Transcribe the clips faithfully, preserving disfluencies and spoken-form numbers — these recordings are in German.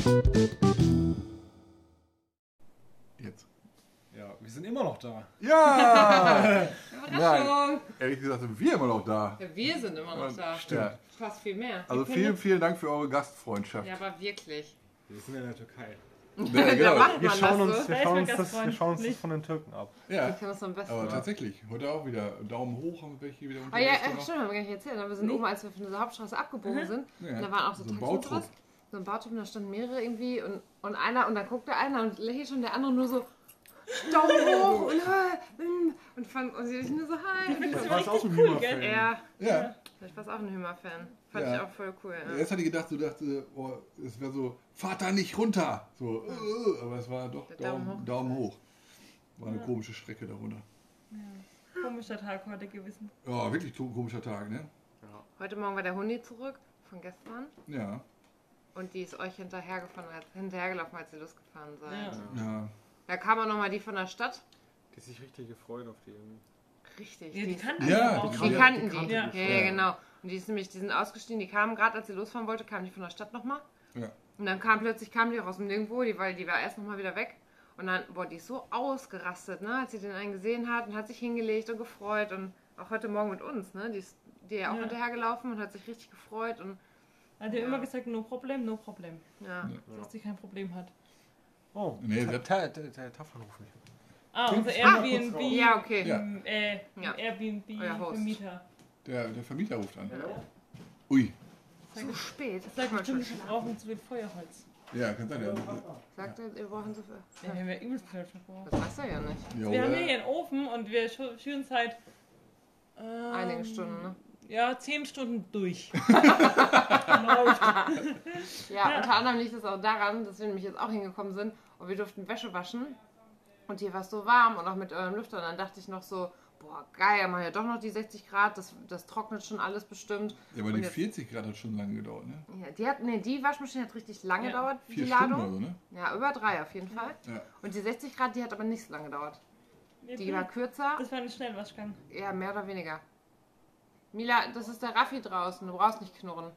Jetzt. Ja, wir sind immer noch da. Ja! Überraschung! Nein, ehrlich gesagt sind wir immer noch da. Ja, wir sind immer noch da. Stimmt. Fast viel mehr. Also vielen, vielen Dank für eure Gastfreundschaft. Ja, aber wirklich. Wir sind in der Türkei. Ja, genau. macht Wir man schauen das uns, so. wir Da ist schauen mein uns, das, wir Gastfreund. schauen uns das Nicht. von den Türken ab. Ja, Ich kann das am besten. aber tatsächlich, heute auch wieder Daumen hoch haben wir welche wieder Ah ja, unterwegs. äh, noch. stimmt, haben wir gar nicht erzählt. Aber wir sind oben, als wir von dieser Hauptstraße abgebogen sind. Ja. Da waren auch so, So ein Taxis und Bautrupp. sowas. So ein Bautrupp, und da standen mehrere irgendwie. Und, und einer, und dann guckte einer und lächelte schon, der andere nur so Daumen hoch und äh, mm, und fand und sie nur so hi. Und Das ich war warst auch so ein cool, Hümer-Fan. gell? ja, Ja, ich war auch ein Hümer-Fan. Fand Ja. ich auch voll cool. Ja. erst hatte ich gedacht, du dachte, oh, es wäre so, fahrt da nicht runter. So, äh, aber es war doch Der Daumen Daumen, hoch. Daumen hoch. War eine komische Strecke darunter. Komischer Tag heute gewesen. Ja, wirklich ko- komischer Tag, ne? Heute Morgen war der Hundi zurück von gestern. Ja. Und die ist euch hinterhergefahren, als, hinterhergelaufen, als ihr losgefahren seid. Ja. Ja. Da kam auch nochmal die von der Stadt. Die sich richtig gefreut auf die. Richtig. Ja, die ist- kannten Ja, wir auch. die Die Ja, kannten die die. kannten Ja, die ja, schon. ja, genau. Und die ist nämlich, die sind ausgestiegen, die kamen gerade, als sie losfahren wollte, kamen die von der Stadt nochmal. Ja. Und dann kam plötzlich, kam die auch aus dem Nirgendwo, die, weil die war erst nochmal wieder weg. Und dann, boah, die ist so ausgerastet, ne, als sie den einen gesehen hat und hat sich hingelegt und gefreut. Und auch heute Morgen mit uns, ne, die ist die ja auch Ja. hinterhergelaufen und hat sich richtig gefreut. Und Hat er immer gesagt, no problem, no problem. ja, Dass sie kein Problem hat. Oh, Nee, Ta- wir- Ta- Ta- Ta- Tafelhof nicht. Ah, unser Ah, Airbnb. kurz raus. ja okay. Ja. ähm, Äh, Ja. Airbnb Euer Host. Vermieter. Der, der Vermieter ruft an. Ja. Ui. So spät. Das sagt bestimmt, wir brauchen zu viel Feuerholz. Ja, kann sein. Ja, Sagt er, ihr braucht so viel. Ja, wir haben ja übelst viel verbraucht. Das weiß er ja nicht. ja, Wir haben oder? hier einen Ofen und wir schu- schüren seit ähm, Einige Stunden, ne? Ja, zehn Stunden durch. Ja, Ja. unter anderem liegt es auch daran, dass wir nämlich jetzt auch hingekommen sind und wir durften Wäsche waschen. Und hier war es so warm und auch mit eurem Lüfter. Und dann dachte ich noch so, boah, geil, man ja doch noch die sechzig Grad, das, das trocknet schon alles bestimmt. Ja, aber Und die jetzt- vierzig Grad hat schon lange gedauert, ne? Ja, die hat, nee, die Waschmaschine hat richtig lange Ja. gedauert, die Vier Stunden Ladung. oder so, ne? Ja, über drei auf jeden Fall. Ja. Und die sechzig Grad, die hat aber nicht so lange gedauert. Die war kürzer, Das war ein Schnellwaschgang. ja, mehr oder weniger. Mila, das ist der Raffi draußen, du brauchst nicht knurren.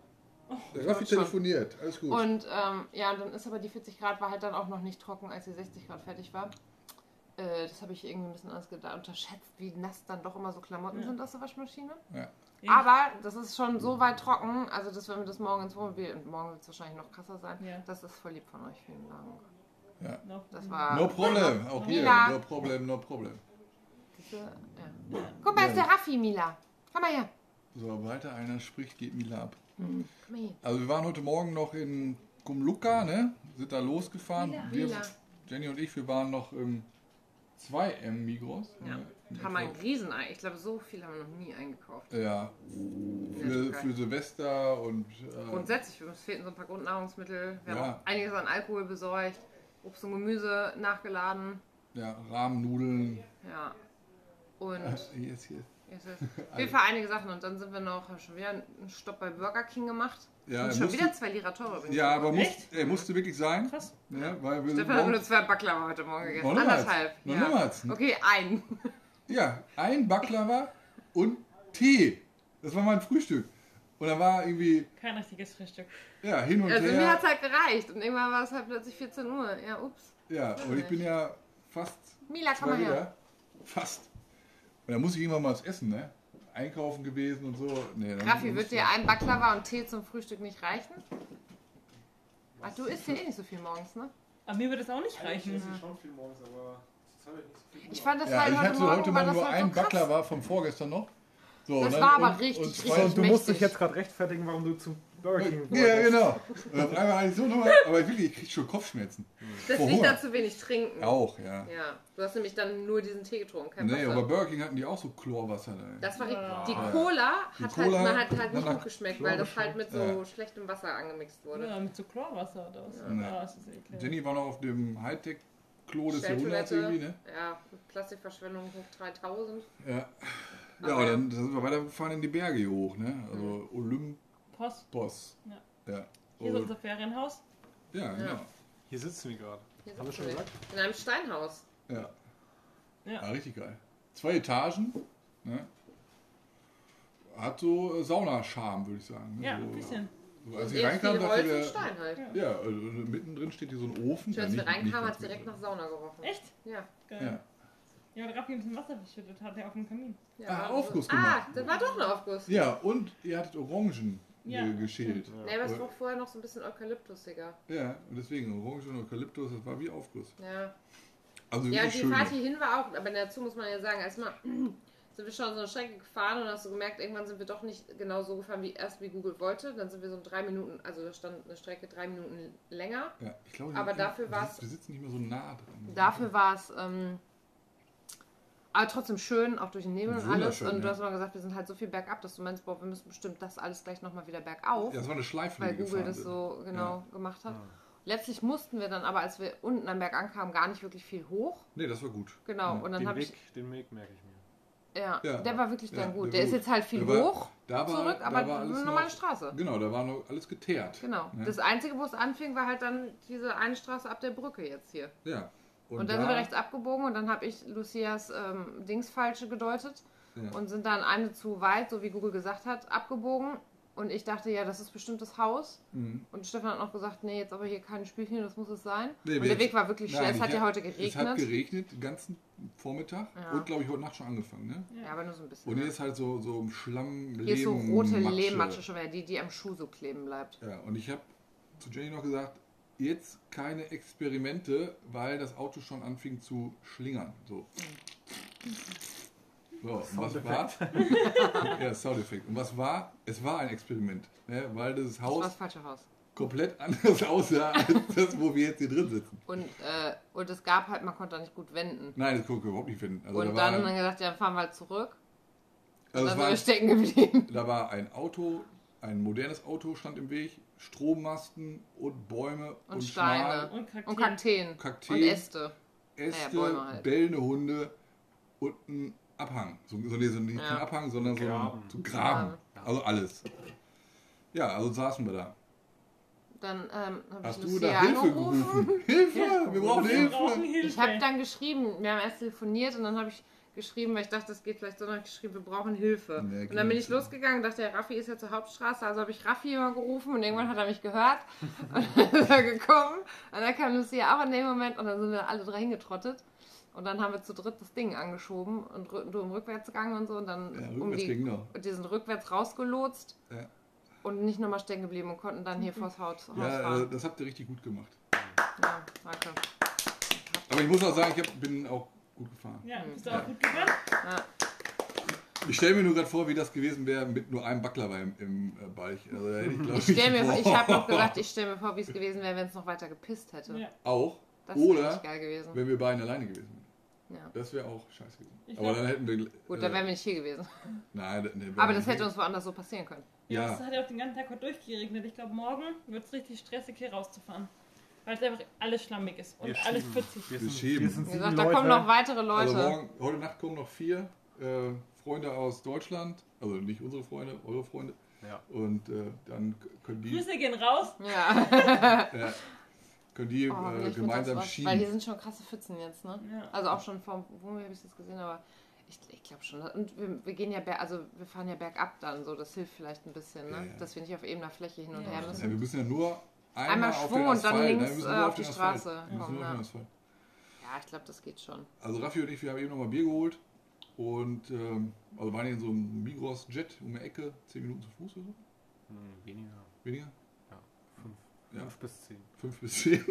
Der Raffi telefoniert, alles gut. Und ähm, ja, und dann ist aber die vierzig Grad war halt dann auch noch nicht trocken, als die sechzig Grad fertig war. Äh, das habe ich irgendwie ein bisschen anders gedacht, unterschätzt, wie nass dann doch immer so Klamotten Ja. sind aus der Waschmaschine. Ja. Ja. Aber das ist schon so weit trocken, also dass wenn wir das morgen ins Wohnmobil, und morgen wird es wahrscheinlich noch krasser sein, Ja. das ist voll lieb von euch, vielen Dank. Ja. Noch. Das war... No problem, auch hier. Mila. No problem, no problem. Diese, ja. Guck mal, ist der Raffi, Mila. Komm mal her. So, weiter einer spricht, geht Mila ab. Komm mal hier. Also wir waren heute Morgen noch in Gumluka, ne? Sind da losgefahren. Mila. Wir, Mila. Jenny und ich, wir waren noch im zwei M Migros. Ja. ne? In Haben wir ein etwa- Riesenei. Ich glaube, so viel haben wir noch nie eingekauft. Ja, für, Türkei. für Silvester und äh, Grundsätzlich, uns fehlten so ein paar Grundnahrungsmittel. Wir Ja. haben auch einiges an Alkohol besorgt, Obst und Gemüse nachgeladen. ja, Rahmennudeln. Ja. Und Hier ist hier. jetzt ist auf jeden Fall einige Sachen. Und dann sind wir noch haben schon wieder einen Stopp bei Burger King gemacht. Ja, und er schon musste, wieder zwei Lira teurer übrigens. ja aber muss, Echt? er musste wirklich sein. Krass. Ne, weil wir Stefan hat nur morgens- zwei Baklava heute Morgen gegessen. Noch niemals. Anderthalb. Noch ja. niemals. Okay, ein. Ja, ein Baklava und Tee. Das war mein Frühstück. Und da war irgendwie, Kein richtiges Frühstück. ja, hin und Also mir her. hat es halt gereicht. Und irgendwann war es halt plötzlich vierzehn Uhr. Ja, ups. Ja, und ich bin ja fast Mila, komm zwei mal her. Liter. Fast. Und da muss ich irgendwann mal was essen, ne? Einkaufen gewesen und so. Nee, dann Raffi, muss- wird dir ein Baklava und Tee zum Frühstück nicht reichen? Ach, du isst ja eh nicht so viel morgens, ne? Aber mir wird es auch nicht reichen. Ich esse schon viel morgens, aber zurzeit habe ich nicht so viel. Ich fand das Ja, halt ich heute hatte Morgen, heute war mal das nur halt ein so krass. Baklava vom vorgestern noch. So, Das ne? war aber Und- richtig, und zwei- richtig Und du musst mächtig. dich jetzt gerade rechtfertigen, warum du zum Burger King Ja, genau. Und auf einmal hatte ich so nochmal, aber wirklich, ich krieg schon Kopfschmerzen. Das Vor liegt Hunger. da zu wenig trinken. Auch, ja. Ja, du hast nämlich dann nur diesen Tee getrunken, kein Nee, Wasser. aber Burger King hatten die auch so Chlorwasser da. Das war Ja. die Cola Die hat Cola halt, man hat halt nicht hat gut geschmeckt, Chlor weil das halt mit so Ja. schlechtem Wasser angemixt wurde. Ja, mit so Chlorwasser oder was. Ja. Ah, das ist ekelhaft. Jenny war noch auf dem Hightech-Klo des Jahrhunderts Stelltoilette, irgendwie, ne? ja, Plastikverschwendung hoch dreitausend. Ja. Ja, Aber und ja. dann sind wir weitergefahren in die Berge hier hoch, ne? Also Olympos. Post. Ja. Ja. Hier ist Und, unser Ferienhaus. ja, genau. Hier sitzen wir gerade. Hier Haben wir sitzen schon wir. gesagt? In einem Steinhaus. Ja. Ja. Ja, richtig geil. Zwei Etagen, ne? Hat so äh, Sauna-Charme, würde ich sagen. Ne? Ja, so, ein bisschen. So, als Und ich eben reinkam, viel dachte Holz und der, Stein halt. ja, also mittendrin steht hier so ein Ofen. Schön, als Ja, wir nicht- nicht reinkamen, hat ganz es direkt nach mittendrin. Sauna gerochen. Echt? Ja. Geil. Ja. Ja, weil Raffi ein bisschen Wasser verschüttet hat, der auf dem Kamin. ja Ah, also- Aufguss Ah, gemacht. das war doch ein Aufguss. Ja, und ihr hattet Orangen Ja, ge- geschält. stimmt. Nee, aber es roch vorher noch so ein bisschen eukalyptusiger. Ja, und deswegen Orangen und Eukalyptus, das war wie Aufguss. Ja. Also Ja, wirklich die schön. Fahrt hierhin war auch, aber dazu muss man ja sagen, erstmal sind wir schon so eine Strecke gefahren und hast du gemerkt, irgendwann sind wir doch nicht genau so gefahren, wie erst wie Google wollte. Dann sind wir so in drei Minuten, also da stand eine Strecke drei Minuten länger. Ja, ich glaube, Aber wir- dafür wir war's- sitzen- Wir sitzen nicht mehr so nah dran. Dafür war es ähm, aber trotzdem schön, auch durch den Nebel und alles. Wunderschön, Und du ja. hast mal gesagt, wir sind halt so viel bergab, dass du meinst, boah, wir müssen bestimmt das alles gleich nochmal wieder bergauf, Ja, das war eine Schleife, weil die wir Google gefahren das sind. so genau gemacht hat. Ja. Letztlich mussten wir dann aber, als wir unten am Berg ankamen, gar nicht wirklich viel hoch. Nee, das war gut. Genau, Ja. und dann Den habe Weg, ich, den Weg merke ich mir. ja, Ja. der war wirklich Ja, dann gut. der Der, war ist gut. jetzt halt viel Der war- hoch Da war, zurück, da aber war alles eine normale noch, Straße. Genau, da war noch alles geteert. Genau. Ja. Das Einzige, wo es anfing, war halt dann diese eine Straße ab der Brücke jetzt hier. Ja. Und, dann sind wir rechts abgebogen und dann habe ich Lucias ähm, Dings falsche gedeutet Ja. und sind dann eine zu weit, so wie Google gesagt hat, abgebogen. Und ich dachte, ja, das ist bestimmt das Haus. Mhm. Und Stefan hat noch gesagt, nee, jetzt aber hier keine Spielchen, das muss es sein. Nee, und wir- der Weg war wirklich schlecht. Nein, Es hat ich ja hab- heute Es hat geregnet. geregnet den ganzen Vormittag Ja. und glaube ich heute Nacht schon angefangen. Ne? Ja, aber nur so ein bisschen. Und hier ist halt so, so im Schlamm, Hier ist so rote Lehmmatsche. Lehmmatsche schon wieder, die, die am Schuh so kleben bleibt. Ja, und ich habe zu Jenny noch gesagt, jetzt keine Experimente, weil das Auto schon anfing zu schlingern. So. So, und was war? Ja, Soundeffekt. Und was war? Es war ein Experiment, ne? Weil das Das war Haus das falsche Haus. komplett anders aussah als das, wo wir jetzt hier drin sitzen. Und, äh, und es gab halt, man konnte da nicht gut wenden. Nein, das konnte ich überhaupt nicht finden. Also und da dann war, haben wir gedacht, ja, dann fahren wir halt zurück. also Und es dann war, sind wir stecken geblieben. da war ein Auto, ein modernes Auto stand im Weg, Strommasten und Bäume und, Und Steine. Schmal, Und Kakteen. Und Kakteen. Kakteen, Und Äste. Äste, Naja, Bäume halt. bellende Hunde und ein Abhang. So, so, nee, so nicht Ja. kein Abhang, sondern so ein Graben. so Graben. Graben. Also alles. Ja, also saßen wir da. Dann ähm, habe ich Hast du Lucia nach Hilfe angerufen. gerufen? Hilfe! Wir brauchen Wir brauchen Hilfe! Hilfe. Ich habe dann geschrieben, wir haben erst telefoniert und dann habe ich geschrieben, weil ich dachte, das geht vielleicht so, dann habe ich geschrieben, wir brauchen Hilfe. Nee, und dann bin geht ich nicht. losgegangen und dachte, der Raffi ist ja zur Hauptstraße, also habe ich Raffi immer gerufen und irgendwann hat er mich gehört und dann ist er gekommen und dann kam Lucia auch in dem Moment und dann sind wir alle drei hingetrottet und dann haben wir zu dritt das Ding angeschoben und rü- du im Rückwärtsgang und so und dann Ja, um rückwärts die, ging noch. und die sind rückwärts rausgelotst Ja. und nicht nochmal stecken geblieben und konnten dann hier vors Haus, Haus Ja, äh, fahren. das habt ihr richtig gut gemacht. Ja, danke. Aber ich muss auch sagen, ich hab, bin auch gut gefahren. Ja, bist du auch gut gefahren? Ja. Ich stelle mir nur gerade vor, wie das gewesen wäre mit nur einem Baklava im, im äh, Balch. Also, da hätte ich, glaub Ich, stell mir, boah. ich habe noch gesagt, ich stelle mir vor, wie es gewesen wäre, wenn es noch weiter gepisst hätte. Ja. Auch. Das wäre Oder nicht geil gewesen. wenn wir beiden alleine gewesen wären. Ja. Das wäre auch scheiße gewesen. Ich Aber glaub- dann hätten wir. Gut, äh, dann wären wir nicht hier gewesen. Nein, nee, wären Aber wir das nicht. hätte uns woanders so passieren können. Ja. Ja. Es hat ja auch den ganzen Tag heute durchgeregnet. Ich glaube, morgen wird es richtig stressig, hier rauszufahren. Weil es einfach alles schlammig ist und Wir alles schieben. pfützig. Wir Wir sind, schieben. wir sind Wie sieben gesagt, da Leute. kommen noch weitere Leute. Also morgen, heute Nacht kommen noch vier äh, Freunde aus Deutschland. Also nicht unsere Freunde, eure Freunde. Ja. Und äh, dann k- können die, Grüße gehen raus. ja. äh, können die Oh, äh, vielleicht gemeinsam mittags was, Weil hier schieben. sind schon krasse Pfützen jetzt, ne? Ja. Also auch schon vom, wo habe ich das gesehen, aber ich, ich glaube schon. Und wir, wir gehen ja, ber- also wir fahren ja bergab dann so, das hilft vielleicht ein bisschen, ne? Ja, ja. Dass wir nicht auf ebener Fläche hin und Ja. her Ja, müssen. wir müssen ja nur einmal, Einmal auf Schwung den und Asphalt. dann Nein, links, wir müssen äh, nur auf die den Asphalt. Straße Wir müssen kommen, nur auf ja. den Asphalt. Ja, ich glaube, das geht schon. Also Raffi und ich, wir haben eben nochmal Bier geholt. Und ähm, also waren hier in so einem Migros Jet um die Ecke, zehn Minuten zu Fuß oder so? Hm, weniger. Weniger? Fünf. Ja. Fünf bis zehn. Fünf bis zehn.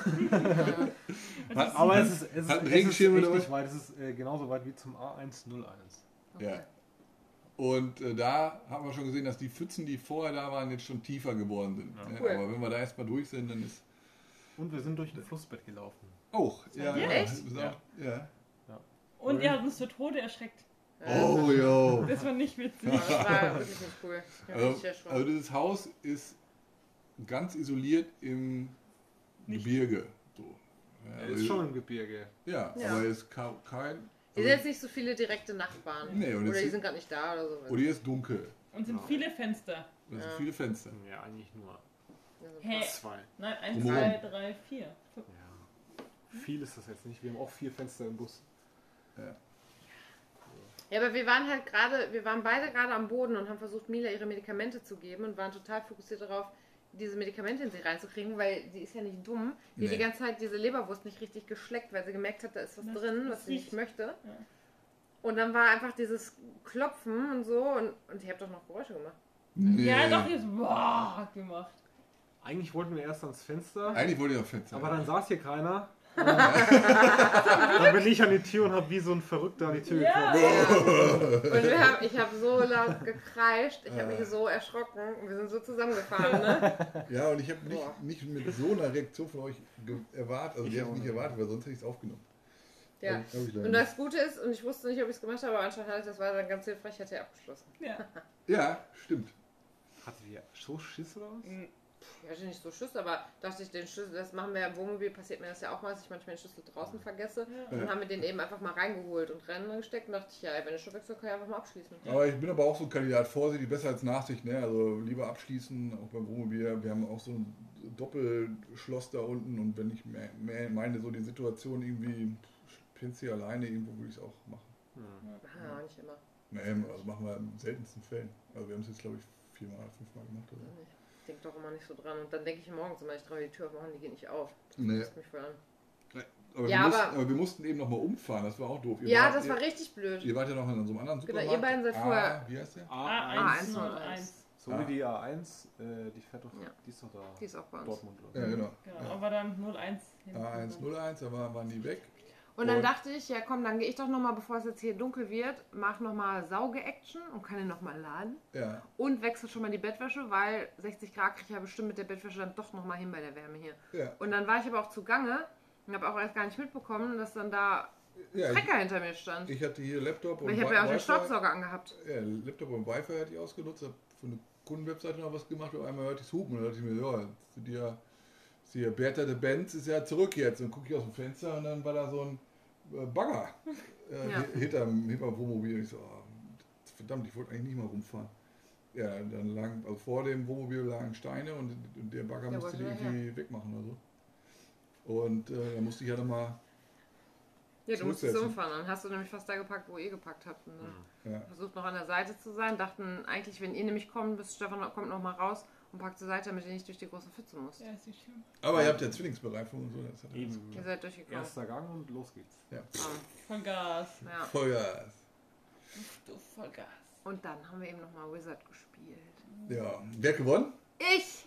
Hat, aber es ist, es ist, Hat einen es ist Regenschirm echt oder nicht weit. Es ist äh, genauso weit wie zum A eins null eins. Okay. Ja. Und äh, da haben wir schon gesehen, dass die Pfützen, die vorher da waren, jetzt schon tiefer geworden sind. Ja. Ne? Cool. Aber wenn wir da erstmal durch sind, dann ist Und wir sind durch ein Flussbett gelaufen. auch. Ja, Ja, ja, echt? wir sind Ja. auch- ja. Und ihr habt uns zu Tode erschreckt. Oh, jo. Das war nicht witzig. Ja, das war wirklich nicht cool. Ich hab Also, richtig erschrocken. also dieses Haus ist ganz isoliert im Nicht. Gebirge. So. Ja, Er also- ist schon im Gebirge. Ja, Ja. aber es ist ka- kein. Hier sind jetzt nicht so viele direkte Nachbarn. Nee, und Oder jetzt- die sind gerade nicht da oder so. Und hier ist dunkel. Und sind Genau. viele Fenster. Da sind Ja. viele Fenster. Ja, eigentlich nur Hä? zwei. Nein, eins, Drumherum. zwei, drei, vier. Fünf. Ja. Viel ist das jetzt nicht. Wir haben auch vier Fenster im Bus. Ja, aber wir waren halt gerade, wir waren beide gerade am Boden und haben versucht, Mila ihre Medikamente zu geben und waren total fokussiert darauf, diese Medikamente in sie reinzukriegen, weil sie ist ja nicht dumm. Die Nee. die ganze Zeit diese Leberwurst nicht richtig geschleckt, weil sie gemerkt hat, da ist was Das- drin, das was sie nicht riecht. möchte. Ja. Und dann war einfach dieses Klopfen und so und, und ich habe doch noch Geräusche gemacht. Nee. Ja, doch, jetzt boah, gemacht. Eigentlich wollten wir erst ans Fenster, Eigentlich wollte ich auf Fenster. aber dann saß hier keiner. Dann bin ich an die Tür und habe wie so ein Verrückter an die Tür Ja. geklopft. Und wir haben, ich habe so laut gekreischt, ich habe mich so erschrocken und wir sind so zusammengefahren, ne? Ja, und ich habe Boah. nicht, nicht mit so einer Reaktion von euch ge- erwartet, also Ich die habe auch ich nicht nicht. erwartet, weil sonst hätte ich es aufgenommen. Ja. Hab ich- hab ich leider Und das Gute ist, und ich wusste nicht, ob ich es gemacht habe, aber anscheinend hatte ich das war dann ganz hilfreich, ich hatte ja abgeschlossen. Ja. nicht. Ja, stimmt. Hatte die so Schiss oder was? Ich hatte nicht so Schiss, aber dachte ich, den Schlüssel, das machen wir ja im Wohnmobil, passiert mir das ja auch mal, dass ich manchmal den Schlüssel draußen vergesse. Ja. Und dann haben wir den eben einfach mal reingeholt und rennen gesteckt und dachte ich, ja, ey, wenn ich schon wechsle, kann ich einfach mal abschließen. Aber ich bin aber auch so ein Kandidat, vorsichtig, besser als Nachsicht, ne? Also lieber abschließen, auch beim Wohnmobil. Wir haben auch so ein Doppelschloss da unten und wenn ich mehr, mehr meine, so die Situation irgendwie, pennst hier alleine, irgendwo würde ich es auch machen. Hm. Ja, nicht immer. Nee, also machen wir in seltensten Fällen. Also wir haben es jetzt, glaube ich, viermal, fünfmal gemacht oder so. Ich denke doch immer nicht so dran. Und dann denke ich morgens immer, ich traue die Tür aufmachen, die geht nicht auf. Das Nee. passt mich voll an. Aber, Ja, wir mussten, aber- aber wir mussten eben nochmal umfahren, das war auch doof. Ihr Ja, wart, das war ihr, richtig blöd. ihr wart ja noch in so einem anderen Genau, Supermarkt. ihr beiden seid Ah, vorher- wie heißt der? A A eins. eins A null eins. eins. So Ah. wie die A eins, äh, die fährt doch, Ja. die ist doch da. Die ist auch bei uns. Dortmund, oder? Ja, genau. Genau, aber dann null eins. A eins null eins, da waren, waren die weg. Und dann Und- dachte ich, ja komm, dann gehe ich doch nochmal, bevor es jetzt hier dunkel wird, mach nochmal Sauge-Action und kann ihn nochmal laden. Ja, Und wechsle schon mal die Bettwäsche, weil sechzig Grad kriege ich ja bestimmt mit der Bettwäsche dann doch nochmal hin bei der Wärme hier. ja. Und dann war ich aber auch zugange und habe auch erst gar nicht mitbekommen, dass dann da ja ich, Trecker hinter mir stand. ich hatte hier Laptop und Weil ich habe Wi- ja auch den Wi-Fi. Staubsauger angehabt. Ja, Laptop und Wi-Fi hatte ich ausgenutzt, habe für eine Kundenwebseite noch was gemacht und einmal hörte ich es hupen und dann dachte ich mir, ja, jetzt sind die ja, ist hier Bertha de Benz ist ja zurück jetzt. Und gucke ich aus dem Fenster und dann war da so ein äh, Bagger äh, Ja. hi- hinterm, hinterm Wohnmobil. Und ich so, oh, verdammt, ich wollte eigentlich nicht mal rumfahren. Ja, dann lagen, also vor dem Wohnmobil lagen Steine und, und der Bagger Der musste die wollte irgendwie wegmachen oder so. Und äh, dann musste ich ja nochmal, Ja, du musstest Zurücksetzen. umfahren. Dann hast du nämlich fast da gepackt, wo ihr gepackt habt. Und dann ja, versucht noch an der Seite zu sein. Dachten eigentlich, wenn ihr nämlich kommt, bis Stefan kommt noch mal raus und packt zur Seite, damit ihr nicht durch die große Pfütze muss. Ja, ist nicht schlimm. aber ihr habt ja Zwillingsbereifung und so. Das hat alles- Eben. Ihr seid durchgekommen. Erster Gang und los geht's. Ja, Ähm, Voll Gas. ja. Vollgas. Du Vollgas. Und dann haben wir eben noch mal Wizard gespielt. Ja, wer hat gewonnen? Ich!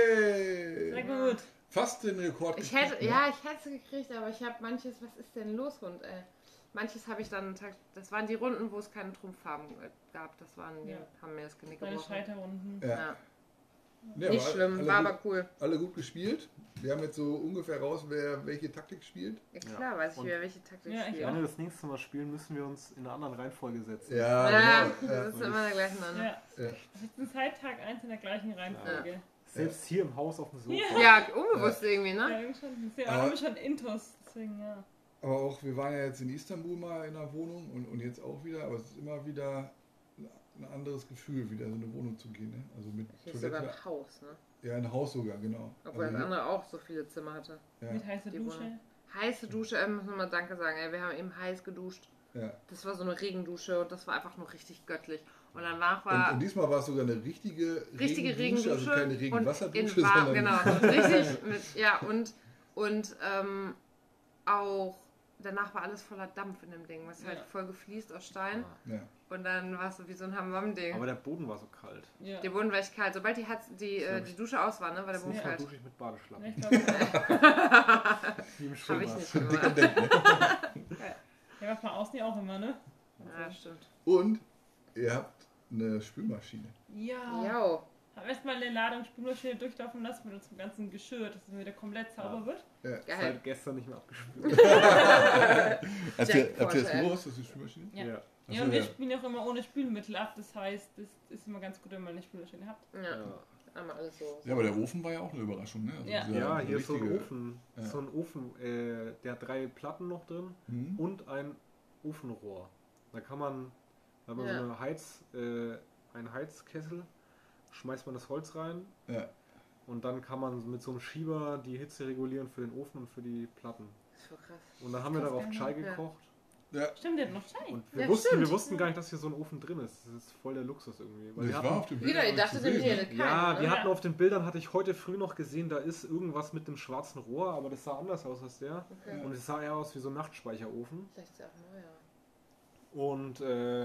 Yay! Sehr gut. Fast den Rekord Ich geknackt, hätte, ne? ja, ich hätte sie gekriegt, aber ich habe manches, was ist denn los, Hund, ey? Manches habe ich dann, das waren die Runden, wo es keine Trumpffarben gab. Das waren, die Ja. haben mir das Genick Meine gebrochen. Scheiterrunden. Ja. Ja. Nee, Nicht aber schlimm, alle war gut, aber cool. alle gut gespielt. Wir haben jetzt so ungefähr raus, wer welche Taktik spielt. Ja, klar, weiß ich Und- wieder, welche Taktik Ja, ich spielt. Wenn wir das nächste Mal spielen, müssen wir uns in einer anderen Reihenfolge setzen. Ja, Ja, genau. Ja. das ist immer der gleichen dann. Ja. Ja. Wir sitzen seit Tag eins in der gleichen Reihenfolge. Selbst hier im Haus auf dem Sofa. Ja. Ja, unbewusst irgendwie, Ja, ne? irgendwie schon. Wir Aber- haben schon Intos. Deswegen, ja. Aber auch, wir waren ja jetzt in Istanbul mal in einer Wohnung und, und jetzt auch wieder, aber es ist immer wieder ein anderes Gefühl, wieder in so eine Wohnung zu gehen. Ne? Also mit Hier ist sogar Toilette. ein Haus, ne? Ja, ein Haus sogar, genau. Obwohl Also das andere auch so viele Zimmer hatte. ja, Mit heißer Die Dusche. Wohnung. Heiße Dusche, äh, müssen wir mal Danke sagen, ey. Wir haben eben heiß geduscht. ja. Das war so eine Regendusche und das war einfach nur richtig göttlich. Und danach Und, war und diesmal war es sogar eine richtige richtige Regendusche, Regendusche. also keine und Regenwasserdusche, in warm, sondern genau, richtig mit, ja, und, und ähm, auch danach war alles voller Dampf in dem Ding, was halt Ja. voll gefliest aus Stein. ja. Und dann war es so wie so ein Hammam-Ding. Aber der Boden war so kalt. Ja. Der Boden war echt kalt. Sobald die, Hatz, die, äh, die Dusche aus war, ne, war der Das Boden nächste Mal kalt. dusche ich mit Ja, Badeschlappen. ich glaube, Wie im Habe ich Schwimmbad. nicht gemacht. Dekadent, ne? ja, macht man außen ja auch immer, ne? Ja, stimmt. Und ihr habt eine Spülmaschine. Ja. Ja. Haben erstmal eine Ladung Spülmaschine durchlaufen lassen mit unserem ganzen Geschirr, dass es wieder komplett sauber Ja. wird. Ist Geil. halt gestern nicht mehr abgespült. Habt ihr, Jackpot, habt ihr das ey. los, das ist die Spülmaschine? Ja. Ja. Ach Ja, so, und wir ja. spielen auch immer ohne Spülmittel ab. Das heißt, das ist immer ganz gut, wenn man eine Spülmaschine hat. Ja. Ja. Einmal alles so. Ja, aber der Ofen war ja auch eine Überraschung, ne? Also Ja. dieser Ja, hier ist so ein richtige- Ofen. Ja. So ein Ofen, äh, der hat drei Platten noch drin Hm? und ein Ofenrohr. Da kann man, wenn man Ja. so eine Heiz, äh, einen Heizkessel, schmeißt man das Holz rein Ja. und dann kann man mit so einem Schieber die Hitze regulieren für den Ofen und für die Platten. Das ist voll krass. Und dann haben wir Krass, darauf ja. Chai Ja. gekocht Ja, Stimmt, der hat noch Schein. Und wir, Ja, wussten, stimmt. wir wussten gar nicht, dass hier so ein Ofen drin ist. Das ist voll der Luxus irgendwie. Weil wir das war hatten, auf dem Wieder, Bild ich dachte, zu dem sehen, hier ne? keine, ja, ne? wir hatten Ja. auf den Bildern, hatte ich heute früh noch gesehen, da ist irgendwas mit dem schwarzen Rohr, aber das sah anders aus als der. Okay. Und es sah eher aus wie so ein Nachtspeicherofen. Vielleicht ist er auch neuer. Und äh,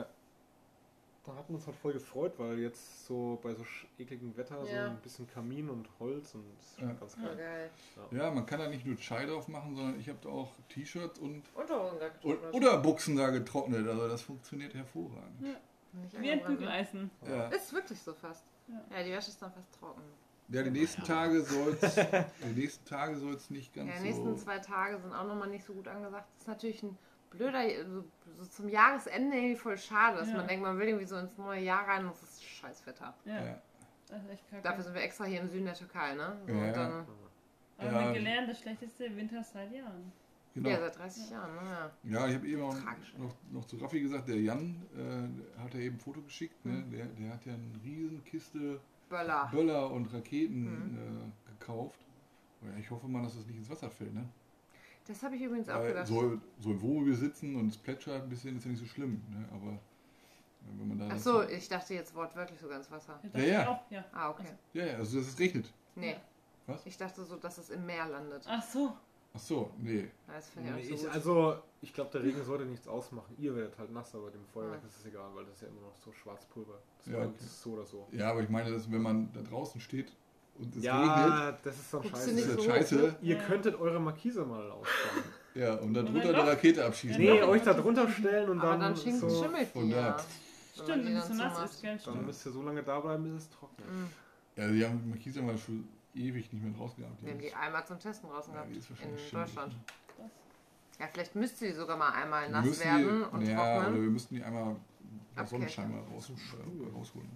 da hatten wir uns halt voll gefreut, weil jetzt so bei so sch- ekligem Wetter so Ja. ein bisschen Kamin und Holz und das ist Ja. ganz Voll geil. geil. Ja, man kann da nicht nur Chai drauf machen, sondern ich habe da auch T-Shirts und, Unterhosen da und getrocknet. Unterbuchsen da getrocknet. Also das funktioniert hervorragend. Nicht Wie ein angebrannt, Bügeleisen. Ja, ne? Ist wirklich so fast. Ja. Ja, die Wäsche ist dann fast trocken. ja die nächsten Tage soll's, die nächsten Tage soll's nicht ganz Ja, die nächsten so. zwei Tage sind auch nochmal nicht so gut angesagt. Das ist natürlich ein blöder, so, so zum Jahresende irgendwie voll schade, dass Ja. man denkt, man will irgendwie so ins neue Jahr rein und es ist scheiß Wetter. Ja, Ja. das ist echt kacke. Dafür sind wir extra hier im Süden der Türkei, ne? So, Ja. und dann, Aber Ja. wir haben gelernt, das schlechteste Winter seit Jahren. Genau. ja, seit dreißig Jahren, ne? Ja. Ja, ich habe eben auch Tragisch. noch, noch zu Raffi gesagt, der Jan äh, hat ja eben ein Foto geschickt. Ne? Mhm. Der, der hat ja eine riesen Kiste Böller. Böller und Raketen Mhm. äh, gekauft. Ja, ich hoffe mal, dass das nicht ins Wasser fällt. Ne? Das habe ich übrigens auch Weil gedacht. so, so wo wir sitzen und es plätschert ein bisschen, ist ja nicht so schlimm. Ne? Aber äh, wenn man da. Ach das- so, ich dachte jetzt wortwörtlich sogar ins Wasser. Ja, Ja, ja. ich Auch, ja. Ah, okay. Ja, ja, also dass es regnet. Nee. Was? Ich dachte so, dass es im Meer landet. Ach so. Ach so, nee. Ja, Das finde ich auch Nee, nicht ich, so gut. also, ich glaube, der Regen sollte nichts ausmachen. Ihr werdet halt nass, aber dem Feuerwerk Ja. ist es egal, weil das ist ja immer noch so Schwarzpulver. Das Ja, brennt okay. so oder so. Ja, aber ich meine, dass wenn man da draußen steht und es regnet, Ja, das ist dann Guckst du scheiße. ist nicht das so scheiße. hoch, Ihr Ja. könntet eure Markise mal ausbauen. Ja, und dann Und drunter dann eine noch- Rakete abschießen. Nee, Ja. euch da drunter stellen und Aber dann, dann schinkt, so, schimmelt von die da. ja. Wenn man Stimmt, die wenn es dann so nass zumacht. ist, gell? dann Stimmt. müsst ihr so lange da bleiben, bis es trocknet. Mhm. Ja, die haben die Markise mal schon ewig nicht mehr draußen gehabt. Wir haben die einmal zum Testen draußen Ja, gehabt. die ist In wahrscheinlich schimmelig. Deutschland. Krass. Ja, vielleicht müsste sie sogar mal einmal Wir nass müssen werden die, und ja, oder trocknen. wir müssten die einmal mit Abkälten. Sonnenschein mal raus, äh, rausholen.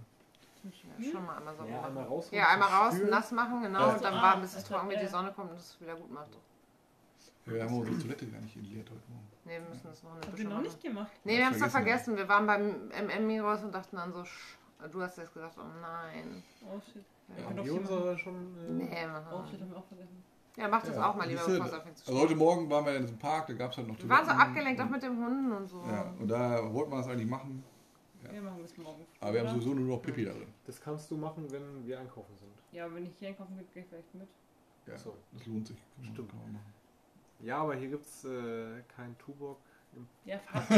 Ja, schon mal einmal so Ja, machen. einmal raus. Ja, einmal raus, nass machen, genau, Ja. und dann Ah, warten, bis es das trocken wird, hat- die Sonne kommt und es wieder gut macht. Ja, wir haben unsere Toilette gar nicht entleert heute Morgen. Nee, wir müssen das noch eine Habt ihr bisschen noch machen. nicht gemacht? Nee, wir haben es doch Vergessen, vergessen. Wir waren beim M M Migros und dachten dann so, sch du hast jetzt gesagt, oh nein. Oh shit. Ja, Haben doch die hier unsere schon. Äh, Nee, Oh machen shit, wir. haben wir auch vergessen. Ja, mach das Ja, auch mal lieber, siehste, bevor es auf ihn zu Also heute Morgen waren wir in diesem Park, da gab es halt noch Wir waren so Toiletten abgelenkt, auch und- mit dem Hunden und so. Ja, und da wollten wir es eigentlich machen, Ja. Wir machen das morgen. aber wir haben Oder? sowieso nur noch Pipi da drin. Das kannst du machen, wenn wir einkaufen sind. Ja, wenn ich hier einkaufen gehe, gehe ich vielleicht mit. Ja, So. das lohnt sich. Kann man- Stimmt. Kann man machen. Ja, aber hier gibt es äh, keinen Tuborg. Im Ja,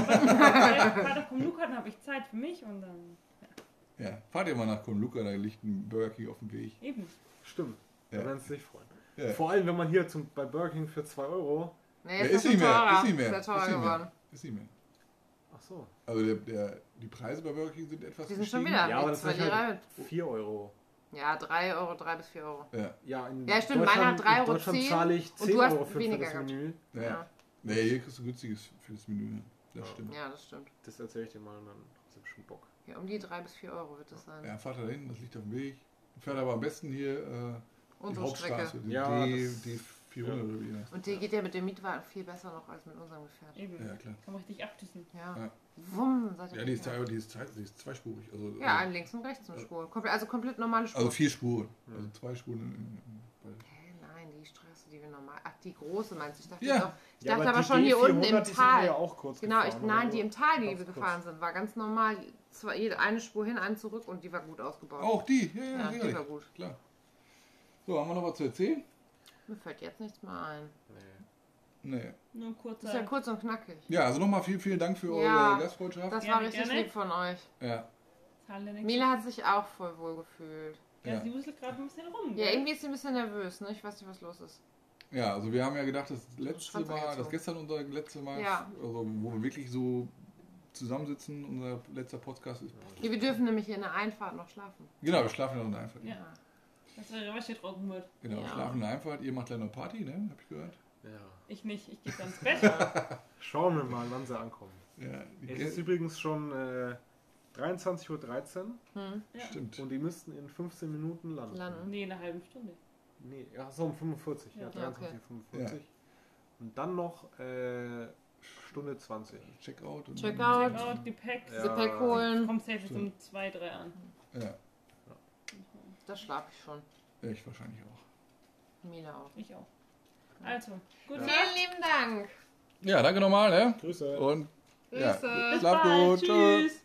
Vater, Vater komm Luca, dann habe ich Zeit für mich und dann. Ja, fahrt ihr mal nach Luca, da liegt ein Burger King auf dem Weg. Eben. Stimmt, Ja. da werden sie sich freuen. Ja. Vor allem, wenn man hier zum, bei Burger King für zwei Euro. Nee, Ja, ist, ist das schon nicht mehr, teurer. ist nicht mehr, Ist ja ist teurer nicht mehr. geworden. Ist nicht mehr. Ach so. Also der, der, die Preise bei Burger King sind etwas Die sind schon gestiegen. wieder. Ja, aber mit das zwei ist halt Lira. vier Euro. Ja, drei Euro, drei bis vier Euro. Ja, Ja, in Ja, stimmt, Deutschland, meiner hat drei in Euro Deutschland zehn zahle ich und zehn du hast Euro für, für weniger das gehabt. Menü. ja. Ja. Nee, hier kriegst du günstiges für das Menü. Das Ja. stimmt. Ja, das stimmt. Das erzähle ich dir mal und dann hast du bestimmt Bock. Ja, um die drei bis vier Euro wird das sein. Ja, fahrt da hin, das liegt auf dem Weg. Fährt aber am besten hier äh, die Unsere Hauptstraße, Strecke. die Ja, D, das- D vierhundert oder wie die heißt. Und die geht ja mit dem Mietwagen viel besser noch als mit unserem Gefährt. Eben. Ja, klar. Kann man richtig abdüsen. Ja. Ja. Wumm, seid ihr Ja, die ist, weg. teilweise- die ist, zwei- die ist zweispurig. Also, Ja, also, ein links und rechts eine Spur. Komple also komplett normale Spur. also vier Spuren. Ja. Also zwei Spuren. In, in, in, Hä, nein, die Straße, die wir normal. Ach, die große meinst du? Ich dachte, Ja. doch, ich Ja, dachte aber die schon hier D unten im vierhundert, die sind wir ja Tal. auch kurz Genau, ich, gefahren, nein, oder? die im Tal, die Ganz wir kurz. gefahren sind, war ganz normal. Zwar jede eine Spur hin, eine zurück und die war gut ausgebaut. auch die, ja, ja, ja, die sicherlich. war gut. Klar. So, haben wir noch was zu erzählen? Mir fällt jetzt nichts mehr ein. Nee. Nee. Nur kurz. Das ist ja kurz und knackig. Ja, also nochmal vielen, vielen Dank für Ja, eure Gastfreundschaft. Das Gerne, war richtig gerne. lieb von euch. Ja, Mila hat sich auch voll wohl gefühlt. Ja, Ja. sie wuselt gerade ein bisschen rum. Ja, gell? irgendwie ist sie ein bisschen nervös, ne? Ich weiß nicht, was los ist. ja, also wir haben ja gedacht, das letzte Schwanz Mal, angezogen. das gestern unser letzte Mal, Ja. also wo wir wirklich so zusammensitzen, unser letzter Podcast ist. Ja, wir dürfen nämlich hier in der Einfahrt noch schlafen. Genau, wir schlafen in der Einfahrt. Ja. Dass eure Wäsche trocken wird. Genau, wir Ja. schlafen in der Einfahrt. Ihr macht leider eine Party, ne? Hab ich gehört. Ja. Ich nicht, ich gehe ans Bett. Schauen wir mal, wann sie ankommen. Ja, die Es ist Gä- übrigens schon äh, dreiundzwanzig Uhr dreizehn Hm. Ja. Stimmt. und die müssten in fünfzehn Minuten landen. Landen. Nee, in einer halben Stunde. Nee, ach so, um fünfundvierzig. Ja, Ja. dreiundzwanzig Uhr fünfundvierzig. Ja. Und dann noch äh, Stunde zwanzig. Checkout. Und Checkout. Checkout, Gepäck. Ja. Gepäck holen. Kommt safe um zwei, drei an. Ja, Da schlafe ich schon. ich wahrscheinlich auch. Mila auch. Ich auch. Also, gut. Vielen lieben Dank. Ja, danke nochmal, ne? Grüße. Und Ja, Grüße. schlaf Bald. gut. Tschö. Tschüss.